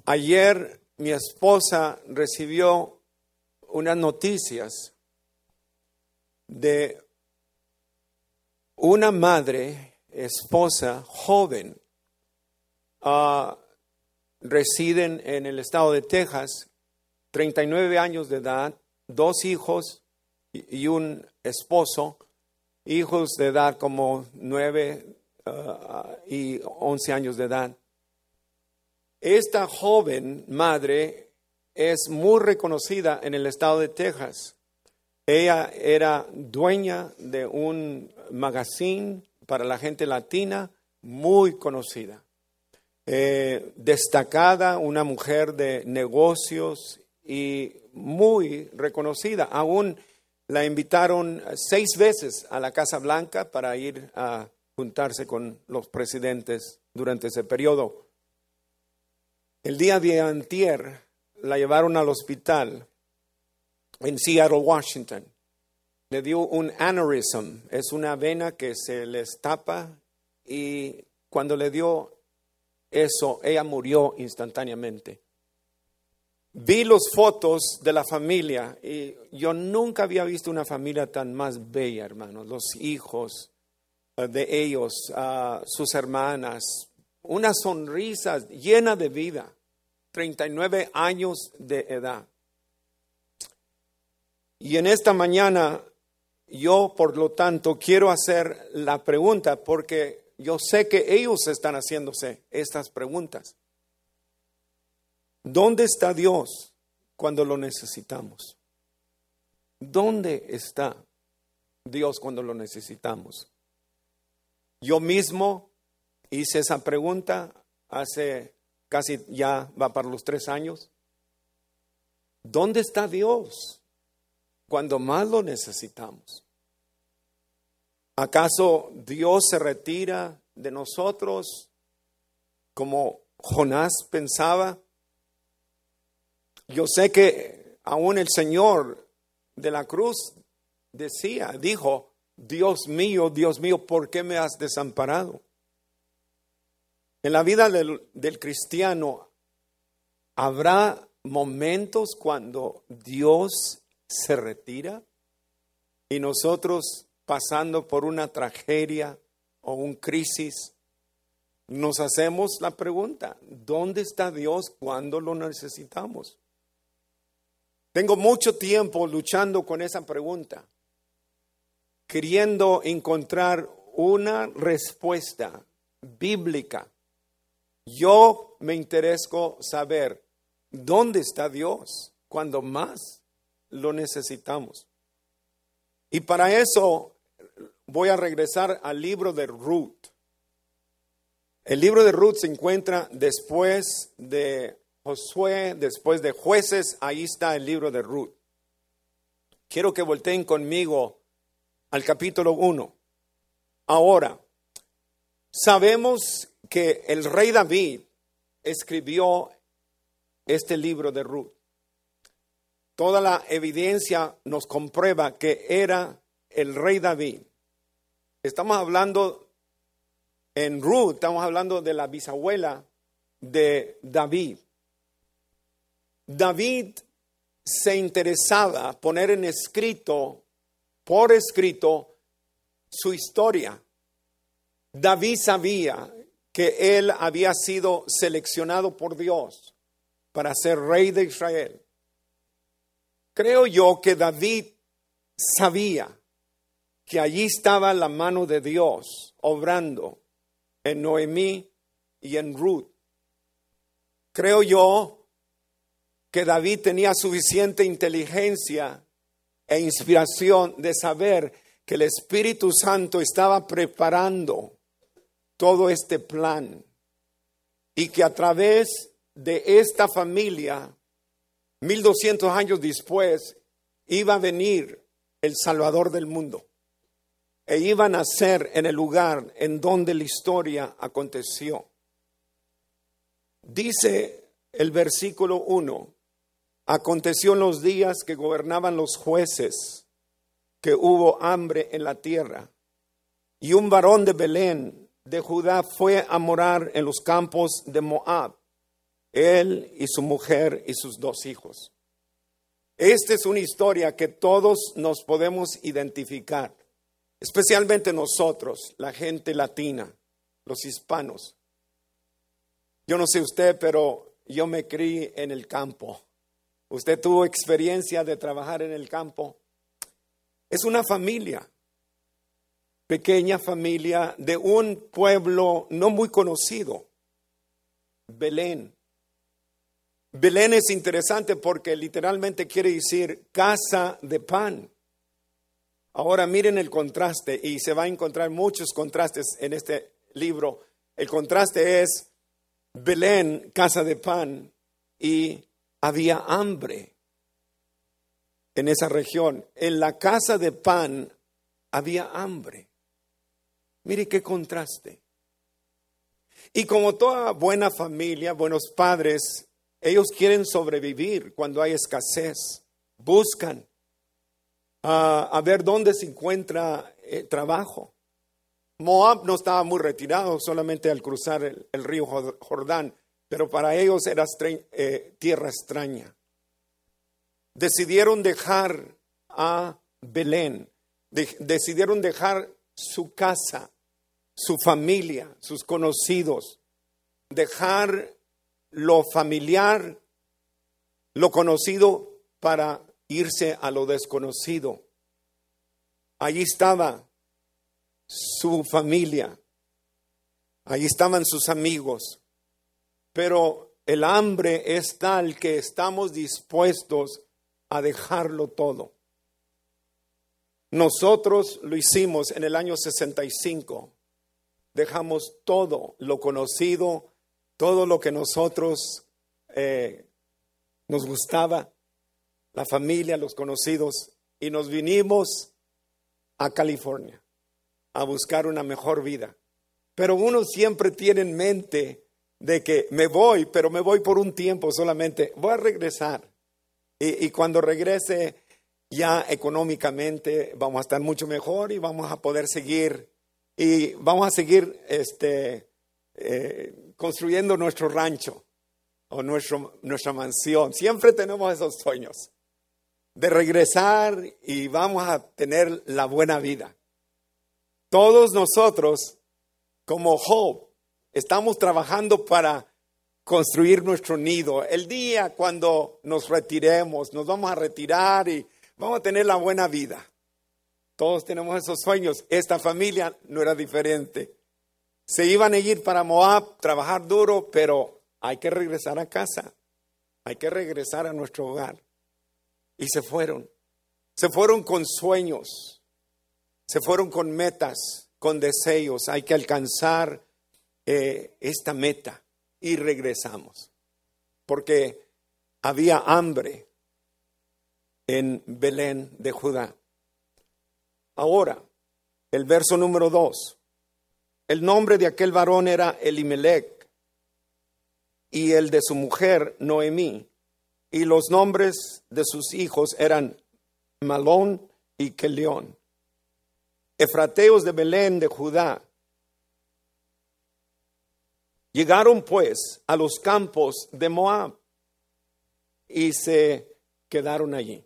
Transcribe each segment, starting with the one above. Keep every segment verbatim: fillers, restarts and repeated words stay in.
Ayer mi esposa recibió unas noticias de una madre, esposa, joven, uh, residen en el estado de Texas, treinta y nueve años de edad, dos hijos y un esposo, hijos de edad como nueve uh, y once años de edad. Esta joven madre es muy reconocida en el estado de Texas. Ella era dueña de un magazine para la gente latina muy conocida. Eh, destacada, una mujer de negocios y muy reconocida. Aún la invitaron seis veces a la Casa Blanca para ir a juntarse con los presidentes durante ese periodo. El día de antier la llevaron al hospital en Seattle, Washington. Le dio un aneurysm, es una vena que se les tapa, y cuando le dio eso, ella murió instantáneamente. Vi las fotos de la familia y yo nunca había visto una familia tan más bella, hermanos. Los hijos uh, de ellos, uh, sus hermanas, una sonrisa llena de vida, treinta y nueve años de edad. Y en esta mañana yo, por lo tanto, quiero hacer la pregunta porque yo sé que ellos están haciéndose estas preguntas. ¿Dónde está Dios cuando lo necesitamos? ¿Dónde está Dios cuando lo necesitamos? Yo mismo hice esa pregunta hace casi, ya va para los tres años. ¿Dónde está Dios cuando más lo necesitamos? ¿Acaso Dios se retira de nosotros como Jonás pensaba? Yo sé que aún el Señor de la cruz decía, dijo, Dios mío, Dios mío, ¿por qué me has desamparado? En la vida del, del cristiano habrá momentos cuando Dios se retira y nosotros, pasando por una tragedia o una crisis, nos hacemos la pregunta, ¿dónde está Dios cuando lo necesitamos? Tengo mucho tiempo luchando con esa pregunta, queriendo encontrar una respuesta bíblica. Yo me intereso saber dónde está Dios cuando más lo necesitamos. Y para eso voy a regresar al libro de Ruth. El libro de Ruth se encuentra después de Josué, después de Jueces. Ahí está el libro de Ruth. Quiero que volteen conmigo al capítulo uno. Ahora, sabemos que el rey David escribió este libro de Ruth. Toda la evidencia nos comprueba que era el rey David. Estamos hablando en Ruth, estamos hablando de la bisabuela de David. David se interesaba poner en escrito, por escrito, su historia. David sabía que él había sido seleccionado por Dios para ser rey de Israel. Creo yo que David sabía que allí estaba la mano de Dios obrando en Noemí y en Ruth. Creo yo que David tenía suficiente inteligencia e inspiración de saber que el Espíritu Santo estaba preparando todo este plan y que a través de esta familia, mil doscientos años después, iba a venir el Salvador del mundo e iba a nacer en el lugar en donde la historia aconteció. Dice el versículo uno, aconteció en los días que gobernaban los jueces que hubo hambre en la tierra, y un varón de Belén de Judá fue a morar en los campos de Moab, él y su mujer y sus dos hijos. Esta es una historia que todos nos podemos identificar, especialmente nosotros, la gente latina, los hispanos. Yo no sé usted, pero yo me crié en el campo. ¿Usted tuvo experiencia de trabajar en el campo? Es una familia, pequeña familia de un pueblo no muy conocido, Belén. Belén es interesante porque literalmente quiere decir casa de pan. Ahora miren el contraste, y se va a encontrar muchos contrastes en este libro. El contraste es Belén, casa de pan, y había hambre en esa región. En la casa de pan había hambre. Mire qué contraste. Y como toda buena familia, buenos padres, ellos quieren sobrevivir cuando hay escasez. Buscan uh, a ver dónde se encuentra eh, trabajo. Moab no estaba muy retirado, solamente al cruzar el, el río Jordán, pero para ellos era estre- eh, tierra extraña. Decidieron dejar a Belén, de- decidieron dejar su casa, su familia, sus conocidos, dejar lo familiar, lo conocido para irse a lo desconocido. Allí estaba su familia, allí estaban sus amigos, pero el hambre es tal que estamos dispuestos a dejarlo todo. Nosotros lo hicimos en el año sesenta y cinco. Dejamos todo lo conocido, todo lo que nosotros eh, nos gustaba, la familia, los conocidos, y nos vinimos a California a buscar una mejor vida. Pero uno siempre tiene en mente de que me voy, pero me voy por un tiempo solamente, voy a regresar. Y, y cuando regrese ya económicamente vamos a estar mucho mejor y vamos a poder seguir, y vamos a seguir este, eh, construyendo nuestro rancho o nuestro, nuestra mansión. Siempre tenemos esos sueños de regresar y vamos a tener la buena vida. Todos nosotros, como Job, estamos trabajando para construir nuestro nido. El día cuando nos retiremos, nos vamos a retirar y vamos a tener la buena vida. Todos tenemos esos sueños. Esta familia no era diferente. Se iban a ir para Moab, trabajar duro, pero hay que regresar a casa. Hay que regresar a nuestro hogar. Y se fueron. Se fueron con sueños. Se fueron con metas, con deseos. Hay que alcanzar eh, esta meta. Y regresamos. Porque había hambre en Belén de Judá. Ahora, el verso número dos. El nombre de aquel varón era Elimelech y el de su mujer Noemí. Y los nombres de sus hijos eran Malón y Kelión. Efrateos de Belén de Judá. Llegaron pues a los campos de Moab y se quedaron allí.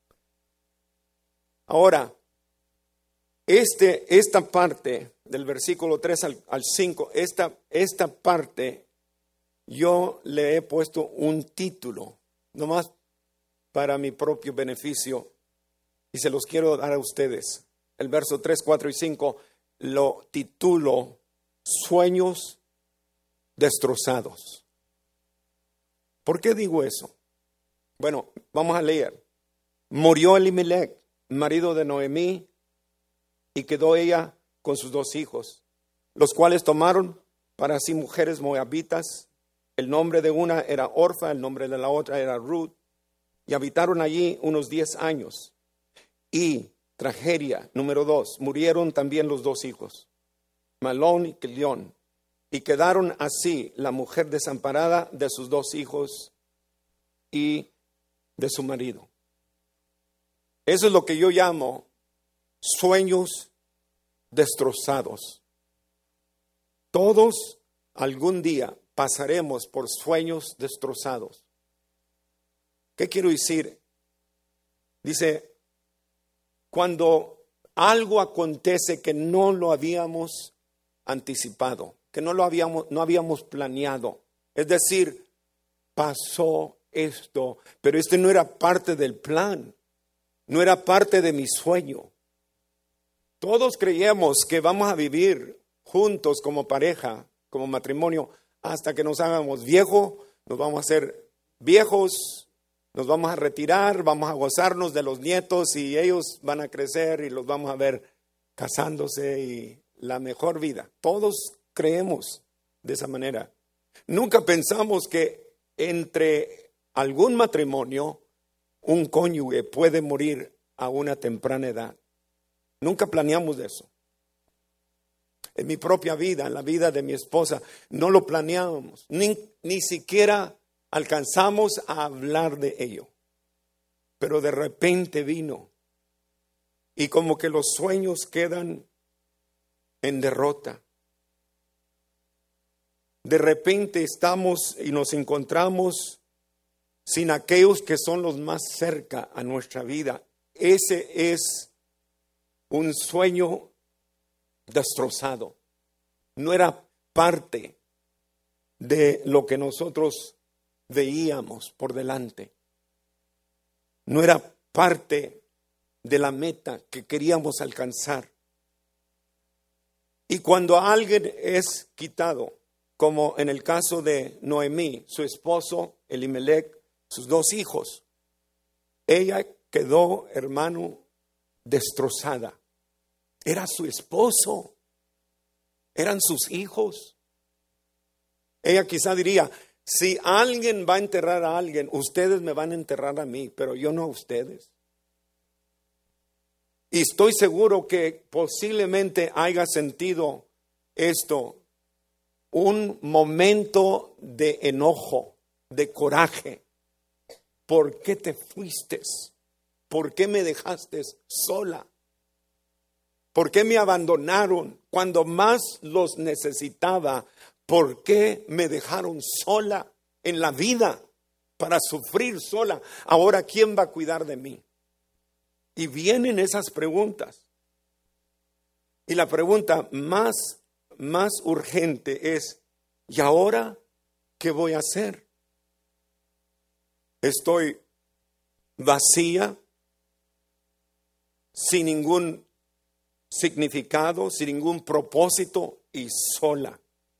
Ahora, este, esta parte del versículo tres al, al cinco, esta, esta parte yo le he puesto un título, nomás para mi propio beneficio, y se los quiero dar a ustedes. El verso tres, cuatro y cinco lo titulo Sueños destrozados. ¿Por qué digo eso? Bueno, vamos a leer. Murió Elimelech, marido de Noemí, y quedó ella con sus dos hijos, los cuales tomaron para sí mujeres moabitas. El nombre de una era Orfa, el nombre de la otra era Ruth, y habitaron allí unos diez años. Y tragedia número dos, murieron también los dos hijos, Malón y Kelión, y quedaron así la mujer desamparada de sus dos hijos y de su marido. Eso es lo que yo llamo sueños destrozados. Todos algún día pasaremos por sueños destrozados. ¿Qué quiero decir? Dice, cuando algo acontece que no lo habíamos anticipado, que no lo habíamos, no habíamos planeado, es decir, pasó esto, pero este no era parte del plan, no era parte de mi sueño. Todos creíamos que vamos a vivir juntos como pareja, como matrimonio, hasta que nos hagamos viejos, nos vamos a hacer viejos, nos vamos a retirar, vamos a gozarnos de los nietos y ellos van a crecer y los vamos a ver casándose y la mejor vida. Todos creemos de esa manera. Nunca pensamos que entre algún matrimonio un cónyuge puede morir a una temprana edad. Nunca planeamos eso. En mi propia vida, en la vida de mi esposa, no lo planeábamos, ni, ni siquiera alcanzamos a hablar de ello. Pero de repente vino y como que los sueños quedan en derrota. De repente estamos y nos encontramos sin aquellos que son los más cerca a nuestra vida. Ese es un sueño destrozado. No era parte de lo que nosotros veíamos por delante. No era parte de la meta que queríamos alcanzar. Y cuando alguien es quitado, como en el caso de Noemí, su esposo Elimelech, sus dos hijos, ella quedó, hermano, destrozada. Era su esposo, eran sus hijos. Ella quizá diría, si alguien va a enterrar a alguien, ustedes me van a enterrar a mí, pero yo no a ustedes. Y estoy seguro que posiblemente haya sentido esto, un momento de enojo, de coraje. ¿Por qué te fuiste? ¿Por qué me dejaste sola? ¿Por qué me abandonaron cuando más los necesitaba? ¿Por qué me dejaron sola en la vida para sufrir sola? Ahora, ¿quién va a cuidar de mí? Y vienen esas preguntas. Y la pregunta más, más urgente es, ¿y ahora qué voy a hacer? Estoy vacía, sin ningún significado, sin ningún propósito y sola.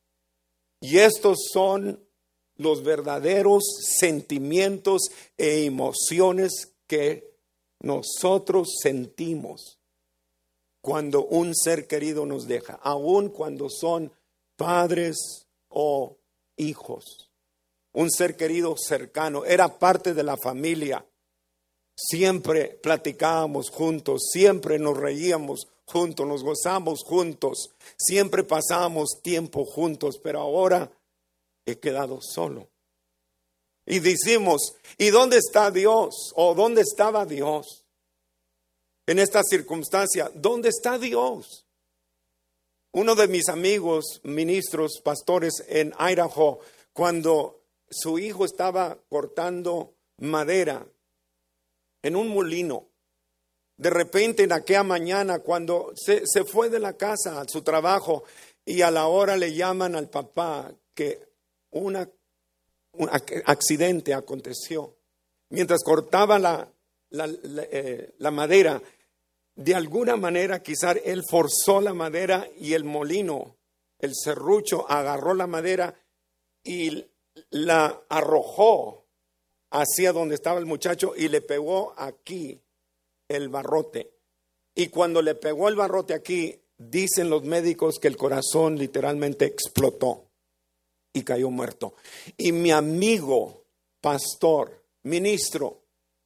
Y estos son los verdaderos sentimientos e emociones que nosotros sentimos cuando un ser querido nos deja, aun cuando son padres o hijos. Un ser querido cercano, era parte de la familia. Siempre platicábamos juntos, siempre nos reíamos juntos, nos gozamos juntos, siempre pasábamos tiempo juntos, pero ahora he quedado solo. Y decimos, ¿y dónde está Dios? ¿O dónde estaba Dios? En esta circunstancia, ¿dónde está Dios? Uno de mis amigos, ministros, pastores en Idaho, cuando su hijo estaba cortando madera en un molino, de repente en aquella mañana cuando se, se fue de la casa a su trabajo y a la hora le llaman al papá que una, un accidente aconteció. Mientras cortaba la, la, la, eh, la madera, de alguna manera quizás él forzó la madera y el molino, el serrucho, agarró la madera y la arrojó hacia donde estaba el muchacho y le pegó aquí el barrote. Y cuando le pegó el barrote aquí, dicen los médicos que el corazón literalmente explotó y cayó muerto. Y mi amigo, pastor, ministro,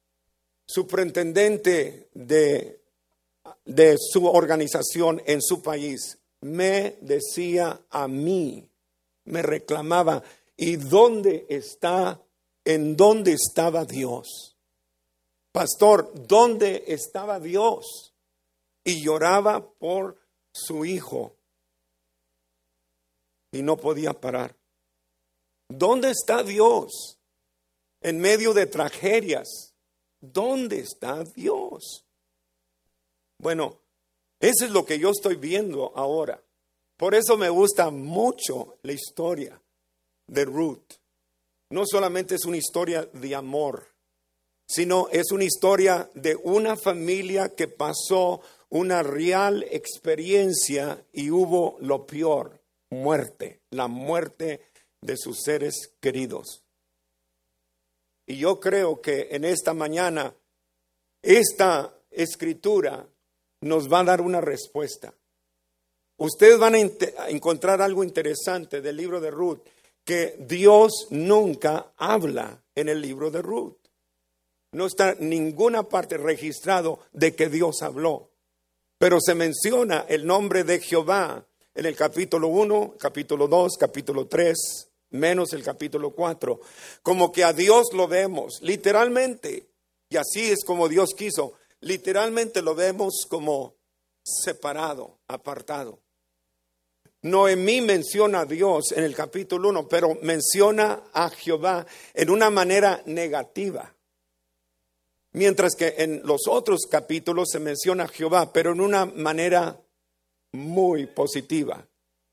superintendente de, de su organización en su país, me decía a mí, me reclamaba, ¿y dónde está, en dónde estaba Dios? Pastor, ¿dónde estaba Dios? Y lloraba por su hijo y no podía parar. ¿Dónde está Dios en medio de tragedias? ¿Dónde está Dios? Bueno, eso es lo que yo estoy viendo ahora. Por eso me gusta mucho la historia de Ruth. No solamente es una historia de amor, sino es una historia de una familia que pasó una real experiencia y hubo lo peor, muerte, la muerte de sus seres queridos. Y yo creo que en esta mañana esta escritura nos va a dar una respuesta. Ustedes van a, ent- a encontrar algo interesante del libro de Ruth, que Dios nunca habla en el libro de Ruth. No está en ninguna parte registrado de que Dios habló, pero se menciona el nombre de Jehová en el capítulo uno, capítulo dos, capítulo tres, menos el capítulo cuatro, como que a Dios lo vemos literalmente, y así es como Dios quiso, literalmente lo vemos como separado, apartado. Noemí menciona a Dios en el capítulo uno, pero menciona a Jehová en una manera negativa. Mientras que en los otros capítulos se menciona a Jehová, pero en una manera muy positiva.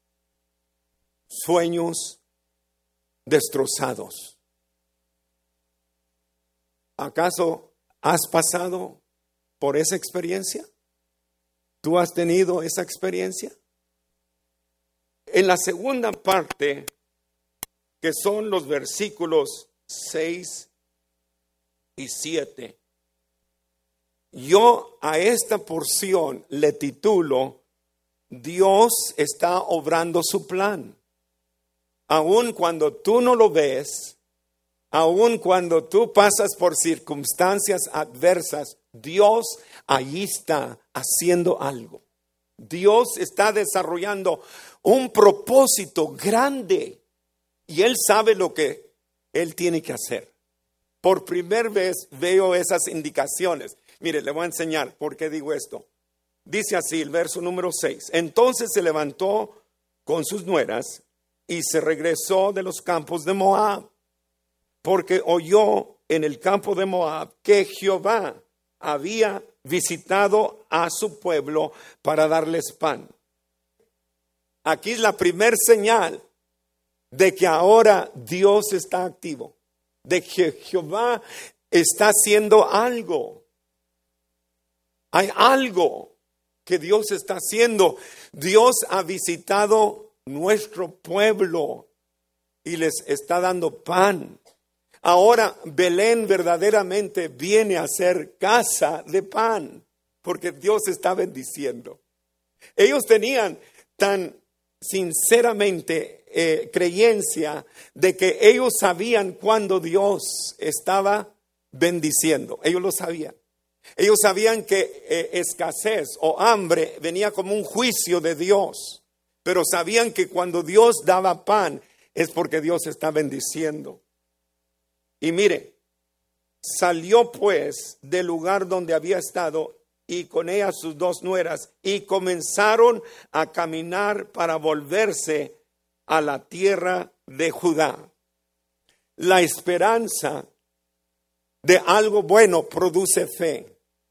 Sueños destrozados. ¿Acaso has pasado por esa experiencia? ¿Tú has tenido esa experiencia? En la segunda parte, que son los versículos seis y siete, yo a esta porción le titulo Dios está obrando su plan. Aun cuando tú no lo ves, aun cuando tú pasas por circunstancias adversas, Dios ahí está haciendo algo. Dios está desarrollando un propósito grande y Él sabe lo que Él tiene que hacer. Por primera vez veo esas indicaciones. Mire, le voy a enseñar por qué digo esto. Dice así el verso número seis. Entonces se levantó con sus nueras y se regresó de los campos de Moab, porque oyó en el campo de Moab que Jehová había visitado a su pueblo para darles pan. Aquí es la primer señal de que ahora Dios está activo, de que Jehová está haciendo algo. Hay algo que Dios está haciendo. Dios ha visitado nuestro pueblo y les está dando pan. Ahora Belén verdaderamente viene a ser casa de pan, porque Dios está bendiciendo. Ellos tenían tan sinceramente eh, creencia de que ellos sabían cuando Dios estaba bendiciendo. Ellos lo sabían. Ellos sabían que eh, escasez o hambre venía como un juicio de Dios, pero sabían que cuando Dios daba pan es porque Dios está bendiciendo. Y mire, salió pues del lugar donde había estado y con ella sus dos nueras y comenzaron a caminar para volverse a la tierra de Judá. La esperanza de algo bueno produce fe.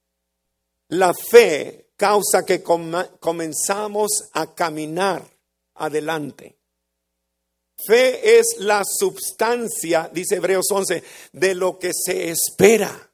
La fe causa que com- comenzamos a caminar adelante. Fe es la substancia, dice Hebreos once, de lo que se espera.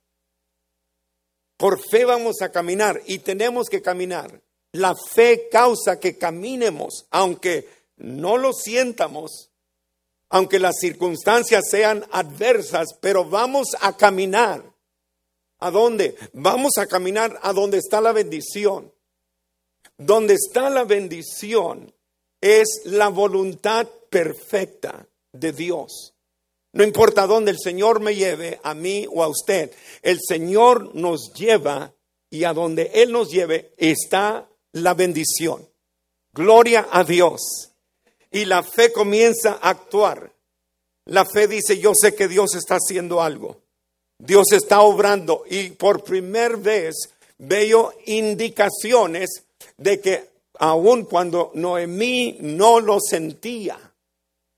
Por fe vamos a caminar y tenemos que caminar. La fe causa que caminemos, aunque no lo sientamos, aunque las circunstancias sean adversas, pero vamos a caminar. ¿A dónde? Vamos a caminar a donde está la bendición. Donde está la bendición es la voluntad perfecta de Dios. No importa dónde el Señor me lleve, a mí o a usted, el Señor nos lleva y a donde Él nos lleve está la bendición. Gloria a Dios. Y la fe comienza a actuar. La fe dice, yo sé que Dios está haciendo algo. Dios está obrando y por primera vez veo indicaciones de que aun cuando Noemí no lo sentía,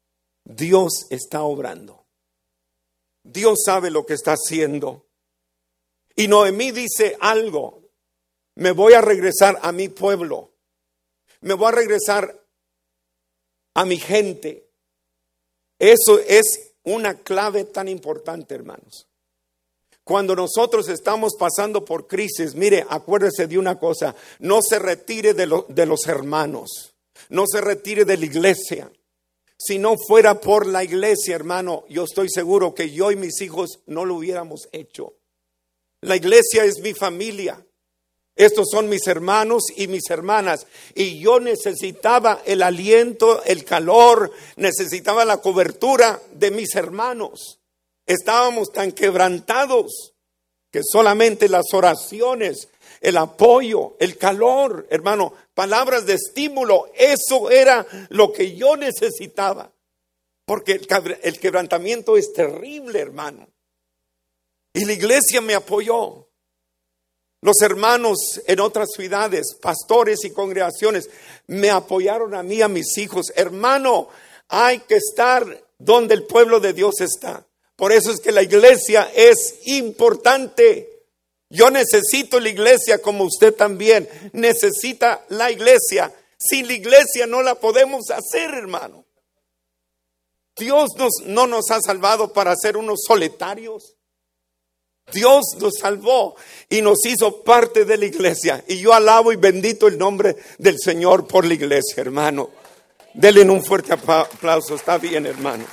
Dios está obrando. Dios sabe lo que está haciendo. Y Noemí dice algo: me voy a regresar a mi pueblo, me voy a regresar a mi gente. Eso es una clave tan importante, hermanos. Cuando nosotros estamos pasando por crisis, mire, acuérdese de una cosa: no se retire de, lo, de los hermanos, no se retire de la iglesia. Si no fuera por la iglesia, hermano, yo estoy seguro que yo y mis hijos no lo hubiéramos hecho. La iglesia es mi familia. Estos son mis hermanos y mis hermanas. Y yo necesitaba el aliento, el calor, necesitaba la cobertura de mis hermanos. Estábamos tan quebrantados que solamente las oraciones, el apoyo, el calor, hermano, palabras de estímulo, eso era lo que yo necesitaba. Porque el, el quebrantamiento es terrible, hermano. Y la iglesia me apoyó. Los hermanos en otras ciudades, pastores y congregaciones, me apoyaron a mí, a mis hijos. Hermano, hay que estar donde el pueblo de Dios está. Por eso es que la iglesia es importante. Yo necesito la iglesia como usted también necesita la iglesia. Sin la iglesia no la podemos hacer, hermano. Dios nos, no nos ha salvado para ser unos solitarios. Dios nos salvó y nos hizo parte de la iglesia. Y yo alabo y bendito el nombre del Señor por la iglesia, hermano. Denle un fuerte aplauso. Está bien, hermano.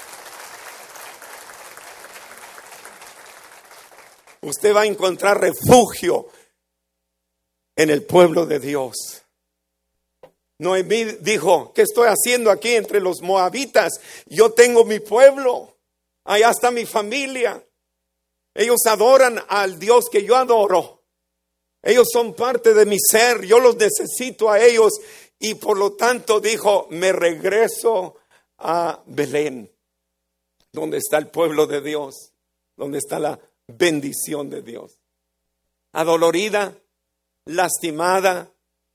Usted va a encontrar refugio en el pueblo de Dios. Noemí dijo: ¿qué estoy haciendo aquí entre los moabitas? Yo tengo mi pueblo, allá está mi familia. Ellos adoran al Dios que yo adoro. Ellos son parte de mi ser, yo los necesito a ellos. Y por lo tanto dijo: me regreso a Belén, donde está el pueblo de Dios, donde está la bendición de Dios. Adolorida, lastimada,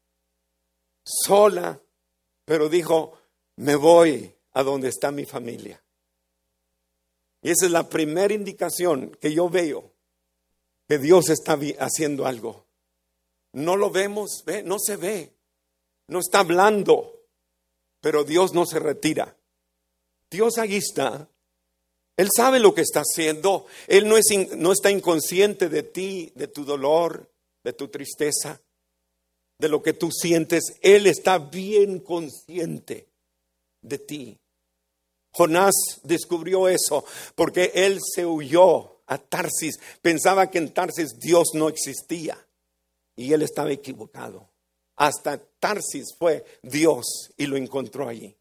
sola, pero dijo: me voy a donde está mi familia. Y esa es la primera indicación que yo veo que Dios está haciendo algo. No lo vemos, ¿ve? No se ve, no está hablando, pero Dios no se retira. Dios ahí está. Él sabe lo que está haciendo. Él no, es, no está inconsciente de ti, de tu dolor, de tu tristeza, de lo que tú sientes. Él está bien consciente de ti. Jonás descubrió eso porque él se huyó a Tarsis. Pensaba que en Tarsis Dios no existía y él estaba equivocado. Hasta Tarsis fue Dios y lo encontró allí.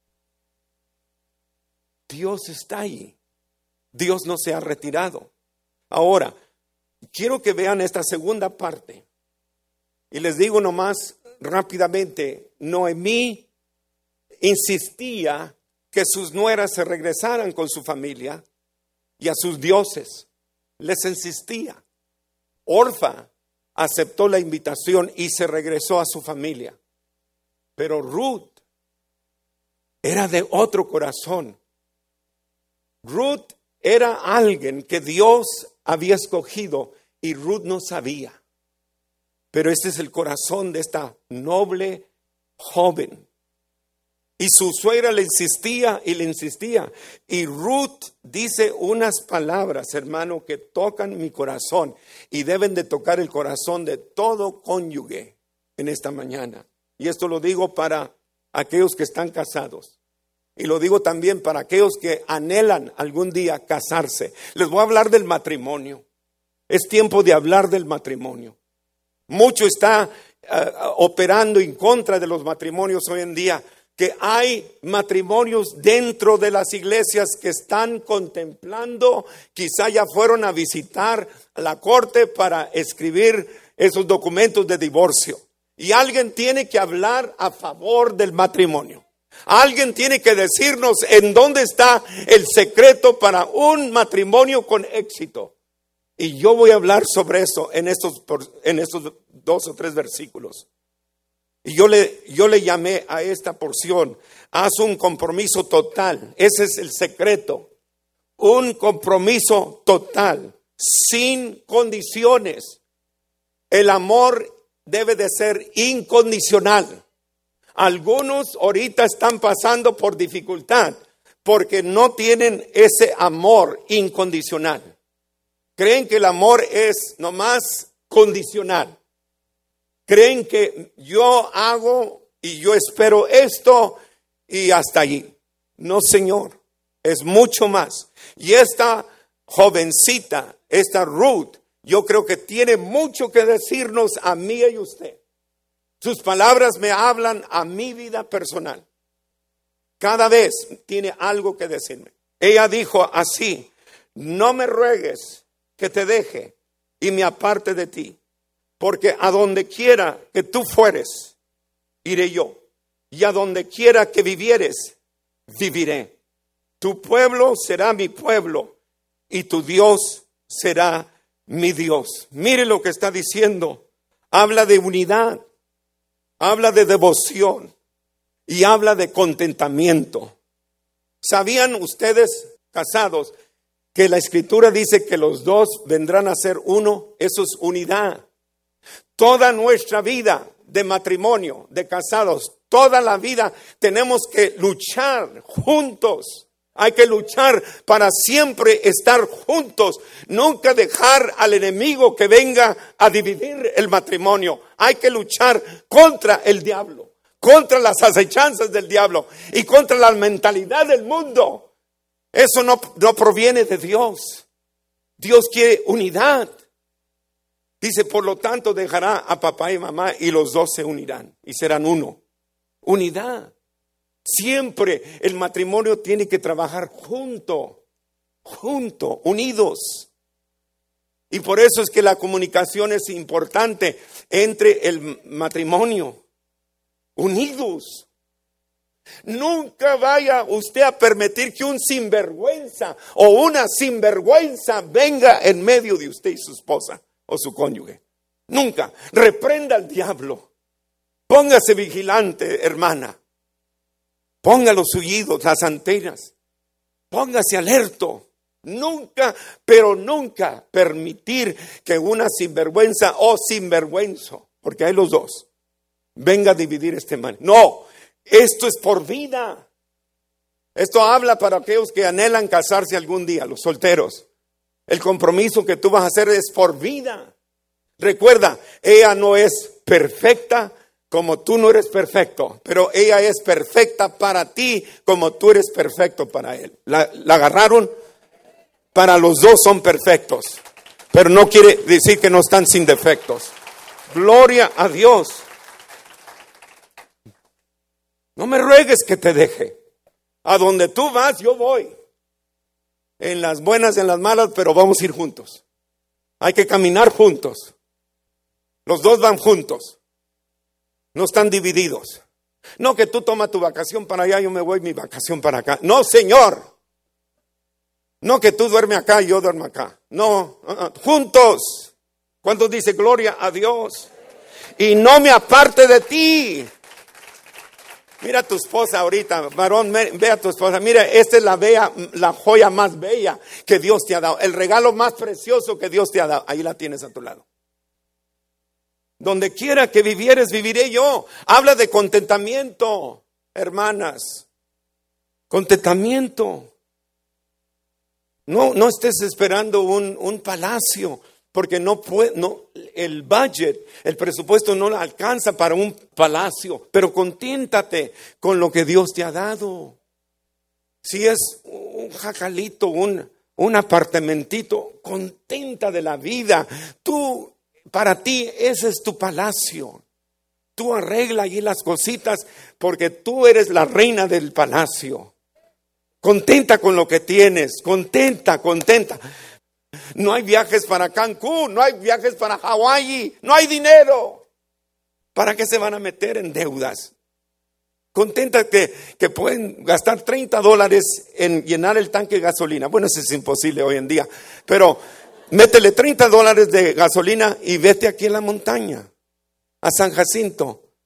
Dios está allí. Dios no se ha retirado. Ahora, quiero que vean esta segunda parte. Y les digo nomás rápidamente: Noemí insistía que sus nueras se regresaran con su familia y a sus dioses. Les insistía. Orfa aceptó la invitación y se regresó a su familia. Pero Ruth era de otro corazón. Ruth era alguien que Dios había escogido y Ruth no sabía. Pero ese es el corazón de esta noble joven. Y su suegra le insistía y le insistía. Y Ruth dice unas palabras, hermano, que tocan mi corazón y deben de tocar el corazón de todo cónyuge en esta mañana. Y esto lo digo para aquellos que están casados. Y lo digo también para aquellos que anhelan algún día casarse. Les voy a hablar del matrimonio. Es tiempo de hablar del matrimonio. Mucho está uh, operando en contra de los matrimonios hoy en día. Que hay matrimonios dentro de las iglesias que están contemplando, quizá ya fueron a visitar la corte para escribir esos documentos de divorcio. Y alguien tiene que hablar a favor del matrimonio. Alguien tiene que decirnos en dónde está el secreto para un matrimonio con éxito. Y yo voy a hablar sobre eso en estos, en estos dos o tres versículos. Y yo le, yo le llamé a esta porción, haz un compromiso total. Ese es el secreto. Un compromiso total, sin condiciones. El amor debe de ser incondicional. Algunos ahorita están pasando por dificultad porque no tienen ese amor incondicional. Creen que el amor es nomás condicional. Creen que yo hago y yo espero esto y hasta allí. No, Señor, es mucho más. Y esta jovencita, esta Ruth, yo creo que tiene mucho que decirnos a mí y a usted. Sus palabras me hablan a mi vida personal. Cada vez tiene algo que decirme. Ella dijo así: no me ruegues que te deje y me aparte de ti, porque a donde quiera que tú fueres, iré yo, y a donde quiera que vivieres, viviré. Tu pueblo será mi pueblo y tu Dios será mi Dios. Mire lo que está diciendo. Habla de unidad, habla de devoción y habla de contentamiento. ¿Sabían ustedes, casados, que la Escritura dice que los dos vendrán a ser uno? Eso es unidad. Toda nuestra vida de matrimonio, de casados, toda la vida tenemos que luchar juntos. Hay que luchar para siempre estar juntos. Nunca dejar al enemigo que venga a dividir el matrimonio. Hay que luchar contra el diablo, contra las acechanzas del diablo y contra la mentalidad del mundo. Eso no, no proviene de Dios. Dios quiere unidad. Dice, por lo tanto, dejará a papá y mamá y los dos se unirán y serán uno. Unidad. Siempre el matrimonio tiene que trabajar junto, junto, unidos. Y por eso es que la comunicación es importante entre el matrimonio. Unidos. Nunca vaya usted a permitir que un sinvergüenza o una sinvergüenza venga en medio de usted y su esposa o su cónyuge. Nunca. Reprenda al diablo. Póngase vigilante, hermana. Ponga los oídos, las antenas. Póngase alerto. Nunca, pero nunca permitir que una sinvergüenza o sinvergüenzo, porque hay los dos, venga a dividir este mal. No, esto es por vida. Esto habla para aquellos que anhelan casarse algún día, los solteros. El compromiso que tú vas a hacer es por vida. Recuerda, ella no es perfecta como tú no eres perfecto, pero ella es perfecta para ti como tú eres perfecto para él. ¿La, la agarraron? Para los dos son perfectos, pero no quiere decir que no están sin defectos. Gloria a Dios. No me ruegues que te deje. A donde tú vas, yo voy. En las buenas, en las malas, pero vamos a ir juntos. Hay que caminar juntos. Los dos van juntos. No están divididos. No que tú tomas tu vacación para allá, yo me voy mi vacación para acá. No, Señor. No que tú duermes acá y yo duermo acá. No, uh-uh. Juntos. ¿Cuántos dice gloria a Dios? Y no me aparte de ti. Mira a tu esposa ahorita, varón, ve a tu esposa. Mira, esta es la, bella, la joya más bella que Dios te ha dado. El regalo más precioso que Dios te ha dado. Ahí la tienes a tu lado. Donde quiera que vivieres, viviré yo. Habla de contentamiento, hermanas. Contentamiento. No, no estés esperando un, un palacio, porque no puede, no, el budget, el presupuesto no alcanza para un palacio. Pero conténtate con lo que Dios te ha dado. Si es un jacalito, un, un apartamentito, contenta de la vida. Tú, para ti, ese es tu palacio. Tú arregla allí las cositas porque tú eres la reina del palacio. Contenta con lo que tienes, contenta, contenta. No hay viajes para Cancún, no hay viajes para Hawái, no hay dinero. ¿Para qué se van a meter en deudas? Contenta que, que pueden gastar treinta dólares en llenar el tanque de gasolina. Bueno, eso es imposible hoy en día, pero métele treinta dólares de gasolina y vete aquí en la montaña, a San Jacinto.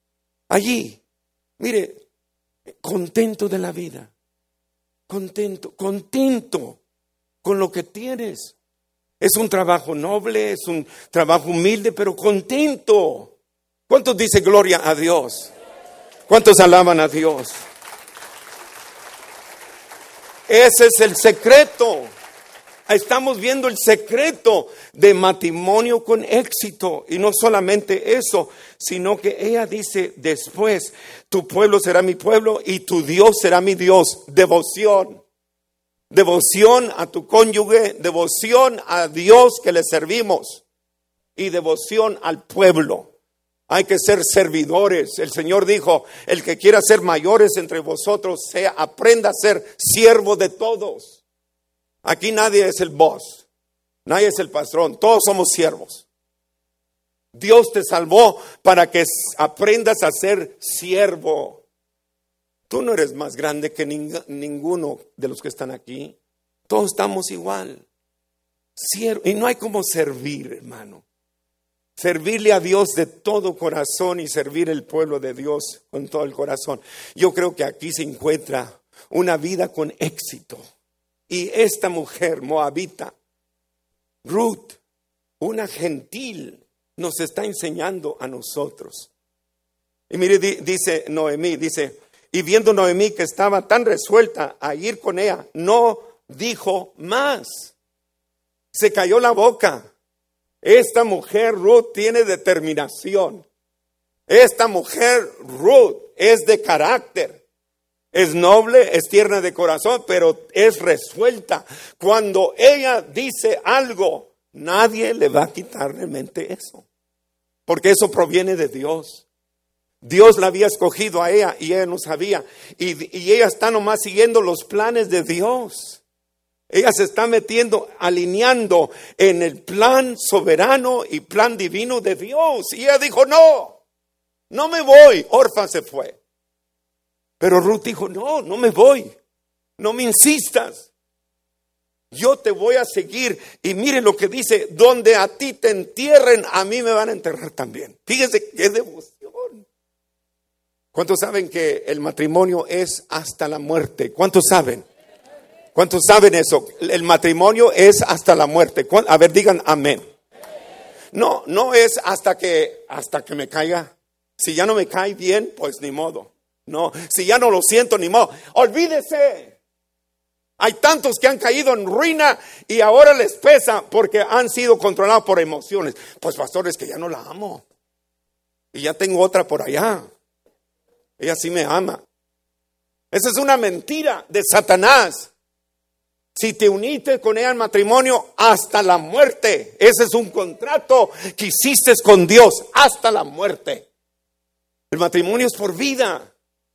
allí, mire, contento de la vida, contento, contento con lo que tienes. Es un trabajo noble, es un trabajo humilde, pero contento. ¿Cuántos dicen gloria a Dios? ¿Cuántos alaban a Dios? Ese es el secreto. Estamos viendo el secreto de matrimonio con éxito. Y no solamente eso, sino que ella dice después, tu pueblo será mi pueblo y tu Dios será mi Dios. Devoción. Devoción a tu cónyuge, devoción a Dios que le servimos y devoción al pueblo. Hay que ser servidores. El Señor dijo, el que quiera ser mayores entre vosotros, sea, aprenda a ser siervo de todos. Aquí nadie es el boss, nadie es el patrón, todos somos siervos. Dios te salvó para que aprendas a ser siervo. Tú no eres más grande que ning- ninguno de los que están aquí. Todos estamos igual. Siervo. Y no hay como servir, hermano. Servirle a Dios de todo corazón y servir el pueblo de Dios con todo el corazón. Yo creo que aquí se encuentra una vida con éxito. Y esta mujer moabita, Ruth, una gentil, nos está enseñando a nosotros. Y mire, di- dice Noemí, dice, y viendo Noemí que estaba tan resuelta a ir con ella, no dijo más. Se cayó la boca. Esta mujer Ruth tiene determinación. Esta mujer Ruth es de carácter. Es noble, es tierna de corazón, pero es resuelta. Cuando ella dice algo, nadie le va a quitar de mente eso. Porque eso proviene de Dios. Dios la había escogido a ella y ella no sabía. Y, y ella está nomás siguiendo los planes de Dios. Ella se está metiendo, alineando en el plan soberano y plan divino de Dios. Y ella dijo, no, no me voy. Orfa se fue. Pero Ruth dijo, no, no me voy. No me insistas. Yo te voy a seguir. Y mire lo que dice, donde a ti te entierren, a mí me van a enterrar también. Fíjese qué devoción. ¿Cuántos saben que el matrimonio es hasta la muerte? ¿Cuántos saben? ¿Cuántos saben eso? El matrimonio es hasta la muerte. A ver, digan amén. No, no es hasta que, hasta que me caiga. Si ya no me cae bien, pues ni modo. No, si ya no lo siento, ni modo. Olvídese. Hay tantos que han caído en ruina y ahora les pesa porque han sido controlados por emociones. Pues pastor, es que ya no la amo. Y ya tengo otra por allá. Ella sí me ama. Esa es una mentira de Satanás. Si te uniste con ella en matrimonio hasta la muerte, ese es un contrato que hiciste con Dios hasta la muerte. El matrimonio es por vida.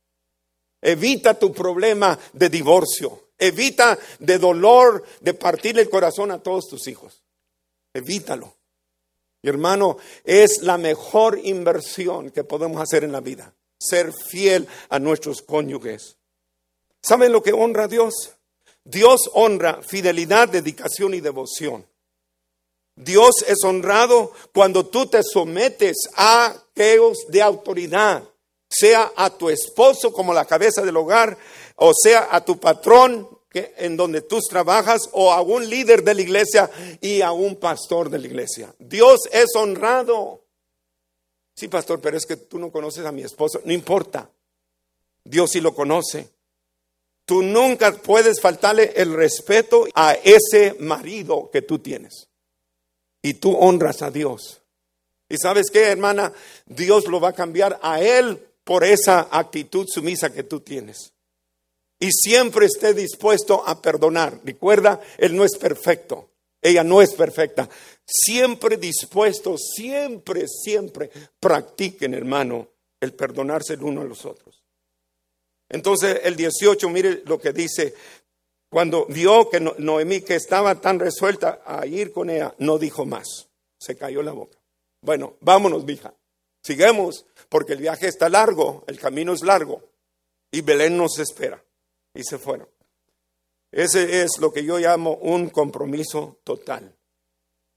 Evita tu problema de divorcio. Evita de dolor, de partirle el corazón a todos tus hijos. Evítalo. Mi hermano, es la mejor inversión que podemos hacer en la vida. Ser fiel a nuestros cónyuges. ¿Saben lo que honra a Dios? Dios honra fidelidad, dedicación y devoción. Dios es honrado cuando tú te sometes a aquellos de autoridad, sea a tu esposo como la cabeza del hogar, o sea a tu patrón que, en donde tú trabajas, o a un líder de la iglesia y a un pastor de la iglesia. Dios es honrado. Sí, pastor, pero es que tú no conoces a mi esposo. No importa. Dios sí lo conoce. Tú nunca puedes faltarle el respeto a ese marido que tú tienes. Y tú honras a Dios. ¿Y sabes qué, hermana? Dios lo va a cambiar a él por esa actitud sumisa que tú tienes. Y siempre esté dispuesto a perdonar. Recuerda, él no es perfecto. Ella no es perfecta. Siempre dispuesto, siempre, siempre practiquen, hermano, el perdonarse el uno a los otros. Entonces el dieciocho, mire lo que dice. Cuando vio que Noemí que estaba tan resuelta a ir con ella, no dijo más. Se cayó la boca. Bueno, vámonos, mija. Sigamos, porque el viaje está largo, el camino es largo. Y Belén nos espera. Y se fueron. Ese es lo que yo llamo un compromiso total.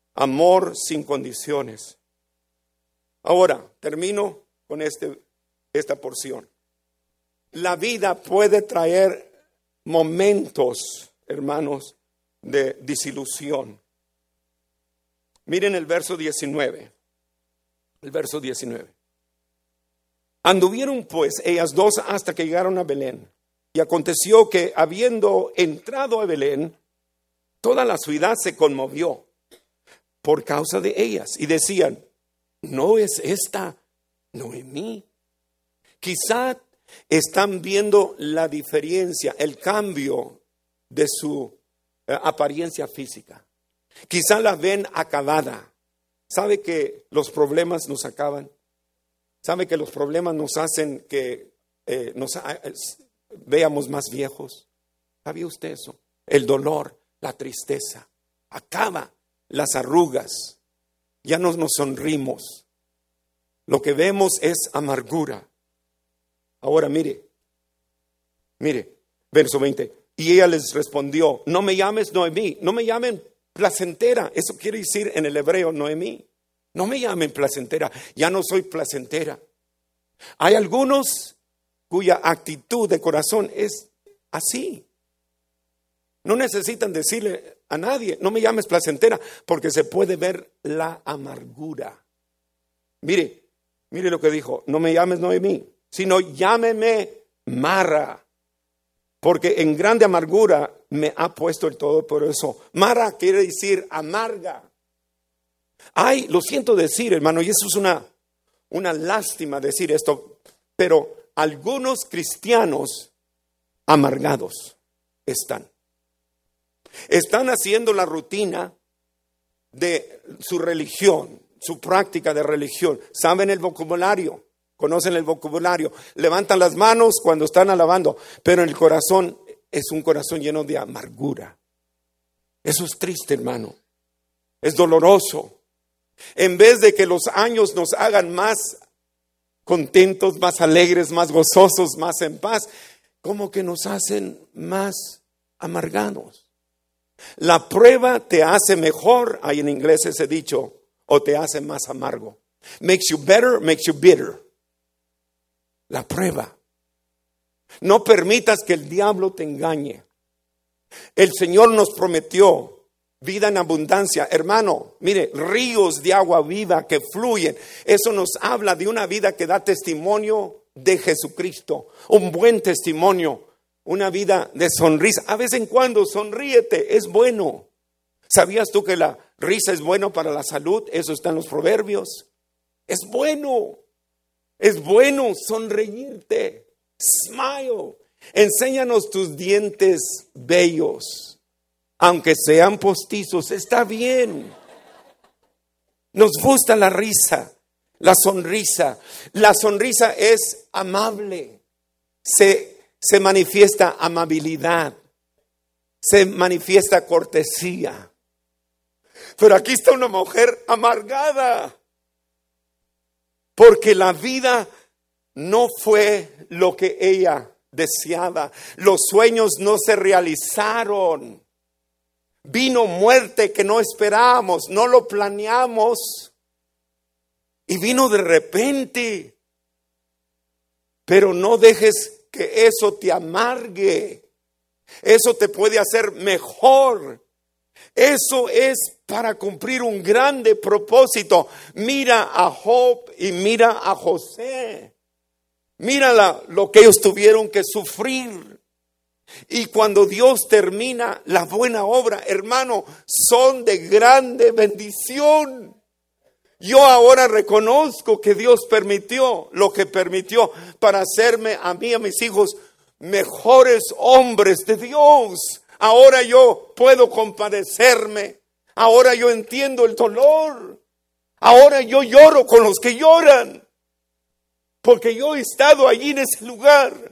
Amor sin condiciones. Ahora, termino con este, esta porción. La vida puede traer momentos, hermanos, de desilusión. Miren el verso diecinueve. El verso diecinueve. Anduvieron pues ellas dos hasta que llegaron a Belén. Y aconteció que, habiendo entrado a Belén, toda la ciudad se conmovió por causa de ellas. Y decían, ¿no es esta Noemí? Quizá están viendo la diferencia, el cambio de su eh, apariencia física. Quizá la ven acabada. ¿Sabe que los problemas nos acaban? ¿Sabe que los problemas nos hacen que eh, nos eh, veamos más viejos? ¿Sabía usted eso? El dolor, la tristeza, acaba las arrugas. Ya no nos sonrimos. Lo que vemos es amargura. Ahora mire, mire, verso veinte. Y ella les respondió, no me llames Noemí, no me llamen placentera. Eso quiere decir en el hebreo Noemí. No me llamen placentera, ya no soy placentera. Hay algunos cuya actitud de corazón es así. No necesitan decirle a nadie, no me llames placentera, porque se puede ver la amargura. Mire, mire lo que dijo, no me llames Noemí, sino llámeme Mara, porque en grande amargura me ha puesto el Todopoderoso. Mara quiere decir amarga. Ay, lo siento decir, hermano, y eso es una, una lástima decir esto, pero algunos cristianos amargados están. Están haciendo la rutina de su religión, su práctica de religión. Saben el vocabulario, conocen el vocabulario, levantan las manos cuando están alabando, pero el corazón es un corazón lleno de amargura. Eso es triste, hermano. Es doloroso. En vez de que los años nos hagan más contentos, más alegres, más gozosos, más en paz, como que nos hacen más amargados. La prueba te hace mejor, hay en inglés ese dicho, o te hace más amargo. Makes you better, makes you bitter. La prueba. No permitas que el diablo te engañe. El Señor nos prometió vida en abundancia. Hermano, mire, ríos de agua viva que fluyen. Eso nos habla de una vida que da testimonio de Jesucristo. Un buen testimonio. Una vida de sonrisa. A vez en cuando sonríete, es bueno. ¿Sabías tú que la risa es bueno para la salud? Eso está en los proverbios. Es bueno. Es bueno sonreírte. Smile. Enséñanos tus dientes bellos. Aunque sean postizos, está bien. Nos gusta la risa, la sonrisa. La sonrisa es amable. Se, se manifiesta amabilidad. Se manifiesta cortesía. Pero aquí está una mujer amargada. Porque la vida no fue lo que ella deseaba. Los sueños no se realizaron. Vino muerte que no esperábamos, no lo planeamos. Y vino de repente. Pero no dejes que eso te amargue. Eso te puede hacer mejor. Eso es para cumplir un grande propósito. Mira a Job y mira a José. Mira la, lo que ellos tuvieron que sufrir. Y cuando Dios termina la buena obra, hermano, son de grande bendición. Yo ahora reconozco que Dios permitió lo que permitió para hacerme a mí y a mis hijos mejores hombres de Dios. Ahora yo puedo compadecerme. Ahora yo entiendo el dolor. Ahora yo lloro con los que lloran. Porque yo he estado allí en ese lugar.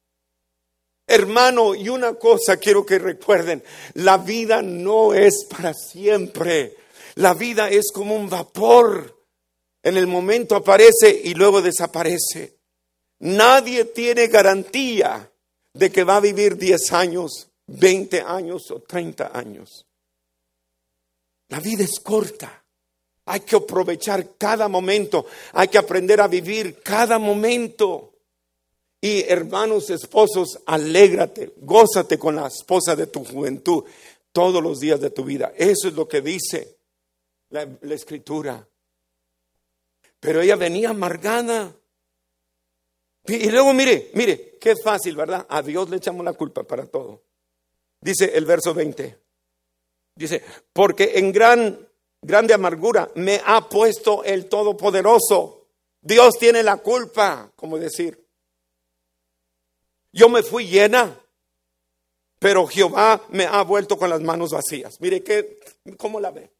Hermano, y una cosa quiero que recuerden. La vida no es para siempre. La vida es como un vapor. En el momento aparece y luego desaparece. Nadie tiene garantía de que va a vivir diez años, veinte años o treinta años. La vida es corta. Hay que aprovechar cada momento. Hay que aprender a vivir cada momento. Y hermanos, esposos, alégrate, gózate con la esposa de tu juventud todos los días de tu vida. Eso es lo que dice la, la Escritura. Pero ella venía amargada. Y, y luego mire, mire, qué fácil, ¿verdad? A Dios le echamos la culpa para todo. Dice el verso veinte. Dice, porque en gran, grande amargura me ha puesto el Todopoderoso. Dios tiene la culpa, como decir. Yo me fui llena, pero Jehová me ha vuelto con las manos vacías. Mire, que, ¿cómo la ve?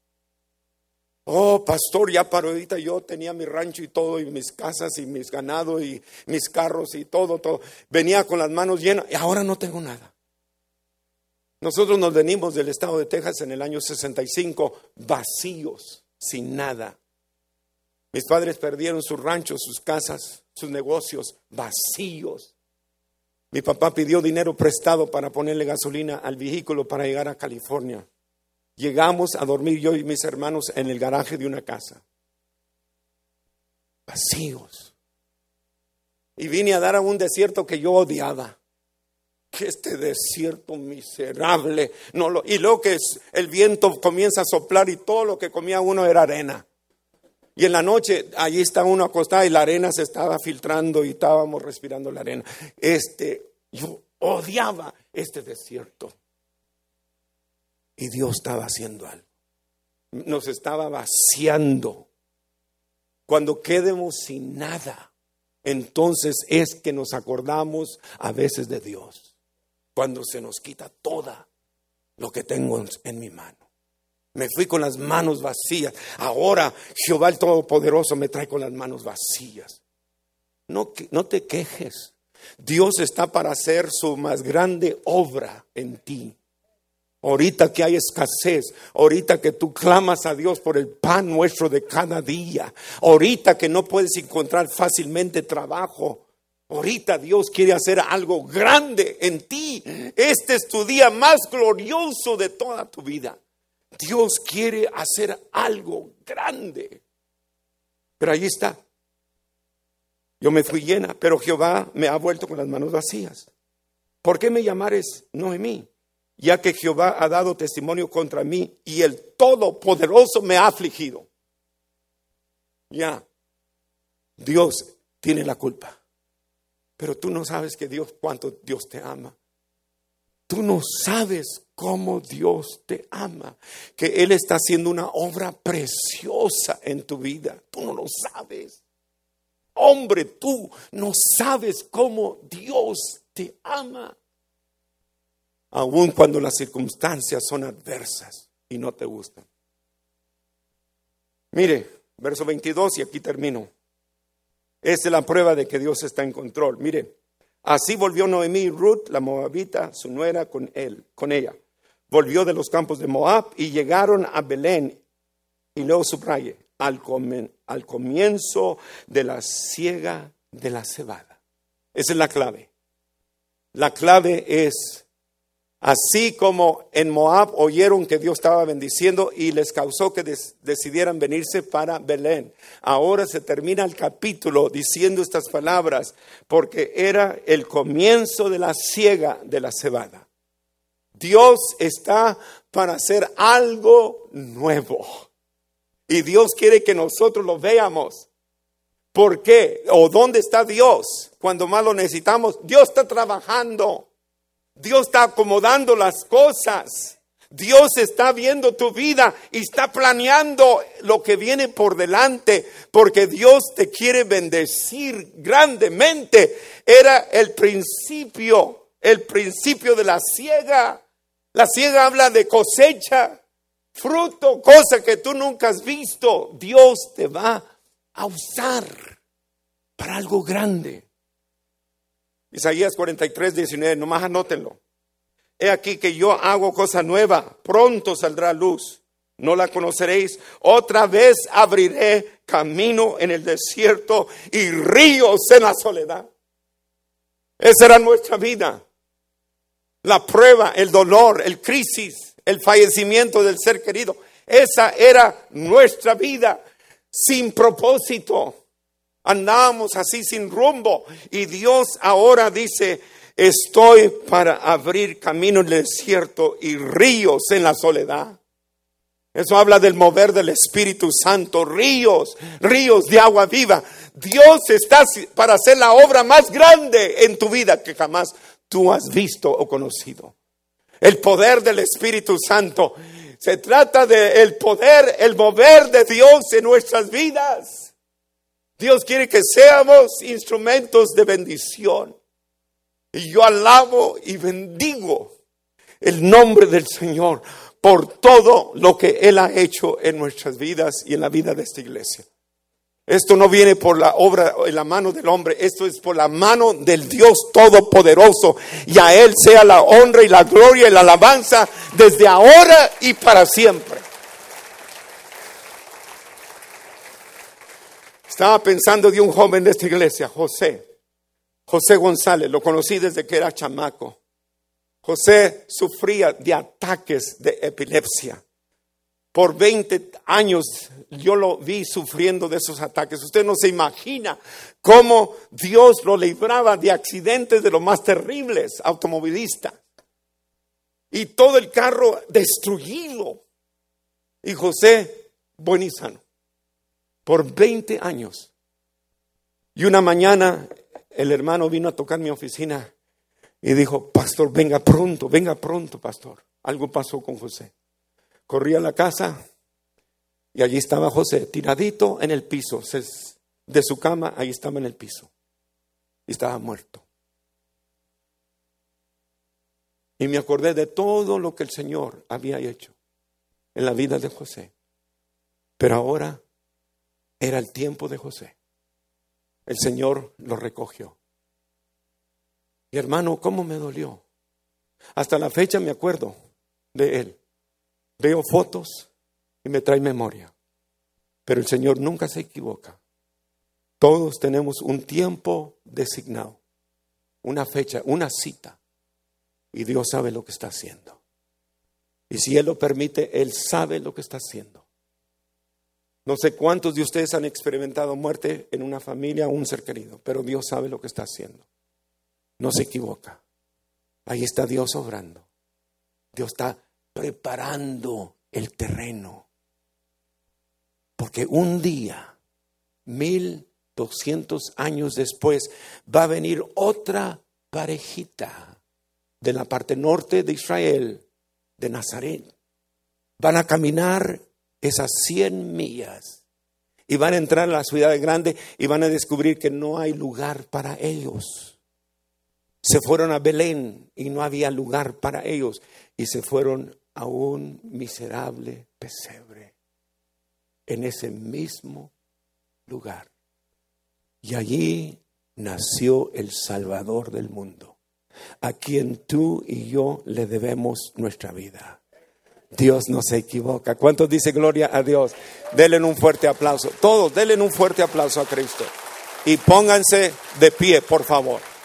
Oh, pastor, ya para ahorita yo tenía mi rancho y todo, y mis casas y mis ganados y mis carros y todo, todo. Venía con las manos llenas y ahora no tengo nada. Nosotros nos venimos del estado de Texas en el año sesenta y cinco vacíos, sin nada. Mis padres perdieron sus ranchos, sus casas, sus negocios, vacíos. Mi papá pidió dinero prestado para ponerle gasolina al vehículo para llegar a California. Llegamos a dormir yo y mis hermanos en el garaje de una casa. Vacíos. Y vine a dar a un desierto que yo odiaba. Que este desierto miserable. No lo, y luego que es, el viento comienza a soplar y todo lo que comía uno era arena. Y en la noche, allí está uno acostado y la arena se estaba filtrando y estábamos respirando la arena. Este, yo odiaba este desierto. Y Dios estaba haciendo algo. Nos estaba vaciando. Cuando quedemos sin nada, entonces es que nos acordamos a veces de Dios. Cuando se nos quita toda lo que tengo en mi mano. Me fui con las manos vacías. Ahora Jehová el Todopoderoso me trae con las manos vacías. No, no te quejes. Dios está para hacer su más grande obra en ti. Ahorita que hay escasez, ahorita que tú clamas a Dios por el pan nuestro de cada día, ahorita que no puedes encontrar fácilmente trabajo, ahorita Dios quiere hacer algo grande en ti. Este es tu día más glorioso de toda tu vida. Dios quiere hacer algo grande. Pero ahí está. Yo me fui llena, pero Jehová me ha vuelto con las manos vacías. ¿Por qué me llamares Noemí? Ya que Jehová ha dado testimonio contra mí y el Todopoderoso me ha afligido. Ya, Dios tiene la culpa. Pero tú no sabes que Dios, cuánto Dios te ama. Tú no sabes cómo Dios te ama, que Él está haciendo una obra preciosa en tu vida. Tú no lo sabes. Hombre, tú no sabes cómo Dios te ama. Aun cuando las circunstancias son adversas y no te gustan. Mire, verso veintidós y aquí termino. Esa es la prueba de que Dios está en control. Mire, así volvió Noemí y Ruth, la moabita, su nuera, con él, con ella. Volvió de los campos de Moab y llegaron a Belén. Y luego subraye, al, comen, al comienzo de la siega de la cebada. Esa es la clave. La clave es, así como en Moab oyeron que Dios estaba bendiciendo y les causó que des, decidieran venirse para Belén. Ahora se termina el capítulo diciendo estas palabras, porque era el comienzo de la siega de la cebada. Dios está para hacer algo nuevo. Y Dios quiere que nosotros lo veamos. ¿Por qué? ¿O dónde está Dios? Cuando más lo necesitamos, Dios está trabajando. Dios está acomodando las cosas. Dios está viendo tu vida y está planeando lo que viene por delante, porque Dios te quiere bendecir grandemente. Era el principio, el principio de la siega. La siega habla de cosecha, fruto, cosa que tú nunca has visto. Dios te va a usar para algo grande. Isaías cuarenta y tres, diecinueve, nomás anótenlo. He aquí que yo hago cosa nueva, pronto saldrá luz, no la conoceréis. Otra vez abriré camino en el desierto y ríos en la soledad. Esa era nuestra vida. La prueba, el dolor, el crisis, el fallecimiento del ser querido. Esa era nuestra vida sin propósito. Andamos así sin rumbo. Y Dios ahora dice, estoy para abrir camino en el desierto y ríos en la soledad. Eso habla del mover del Espíritu Santo. Ríos, ríos de agua viva. Dios está para hacer la obra más grande en tu vida que jamás tú has visto o conocido. El poder del Espíritu Santo. Se trata del poder, el mover de Dios en nuestras vidas. Dios quiere que seamos instrumentos de bendición. Y yo alabo y bendigo el nombre del Señor por todo lo que Él ha hecho en nuestras vidas y en la vida de esta iglesia. Esto no viene por la obra, en la mano del hombre, esto es por la mano del Dios Todopoderoso. Y a Él sea la honra y la gloria y la alabanza desde ahora y para siempre. Estaba pensando de un joven de esta iglesia, José, José González, lo conocí desde que era chamaco. José sufría de ataques de epilepsia. Por veinte años yo lo vi sufriendo de esos ataques. Usted no se imagina cómo Dios lo libraba de accidentes de los más terribles, automovilistas. Y todo el carro destruido. Y José, buen y sano. Por veinte años. Y una mañana el hermano vino a tocar mi oficina y dijo, pastor, venga pronto, venga pronto, pastor. Algo pasó con José. Corrí a la casa y allí estaba José, tiradito en el piso. De su cama, ahí estaba en el piso. Y estaba muerto. Y me acordé de todo lo que el Señor había hecho en la vida de José. Pero ahora era el tiempo de José. El Señor lo recogió. Y hermano, ¿cómo me dolió? Hasta la fecha me acuerdo de él. Veo fotos y me trae memoria. Pero el Señor nunca se equivoca. Todos tenemos un tiempo designado, una fecha, una cita. Y Dios sabe lo que está haciendo. Y si Él lo permite, Él sabe lo que está haciendo. No sé cuántos de ustedes han experimentado muerte en una familia o un ser querido, pero Dios sabe lo que está haciendo. No se equivoca. Ahí está Dios obrando. Dios está preparando el terreno. Porque un día, mil doscientos años después, va a venir otra parejita de la parte norte de Israel, de Nazaret. Van a caminar esas cien millas y van a entrar a la ciudad grande y van a descubrir que no hay lugar para ellos. Se fueron a Belén y no había lugar para ellos y se fueron a un miserable pesebre en ese mismo lugar. Y allí nació el Salvador del mundo, a quien tú y yo le debemos nuestra vida. Dios no se equivoca. ¿Cuántos dicen gloria a Dios? Denle un fuerte aplauso. Todos, denle un fuerte aplauso a Cristo. Y pónganse de pie, por favor.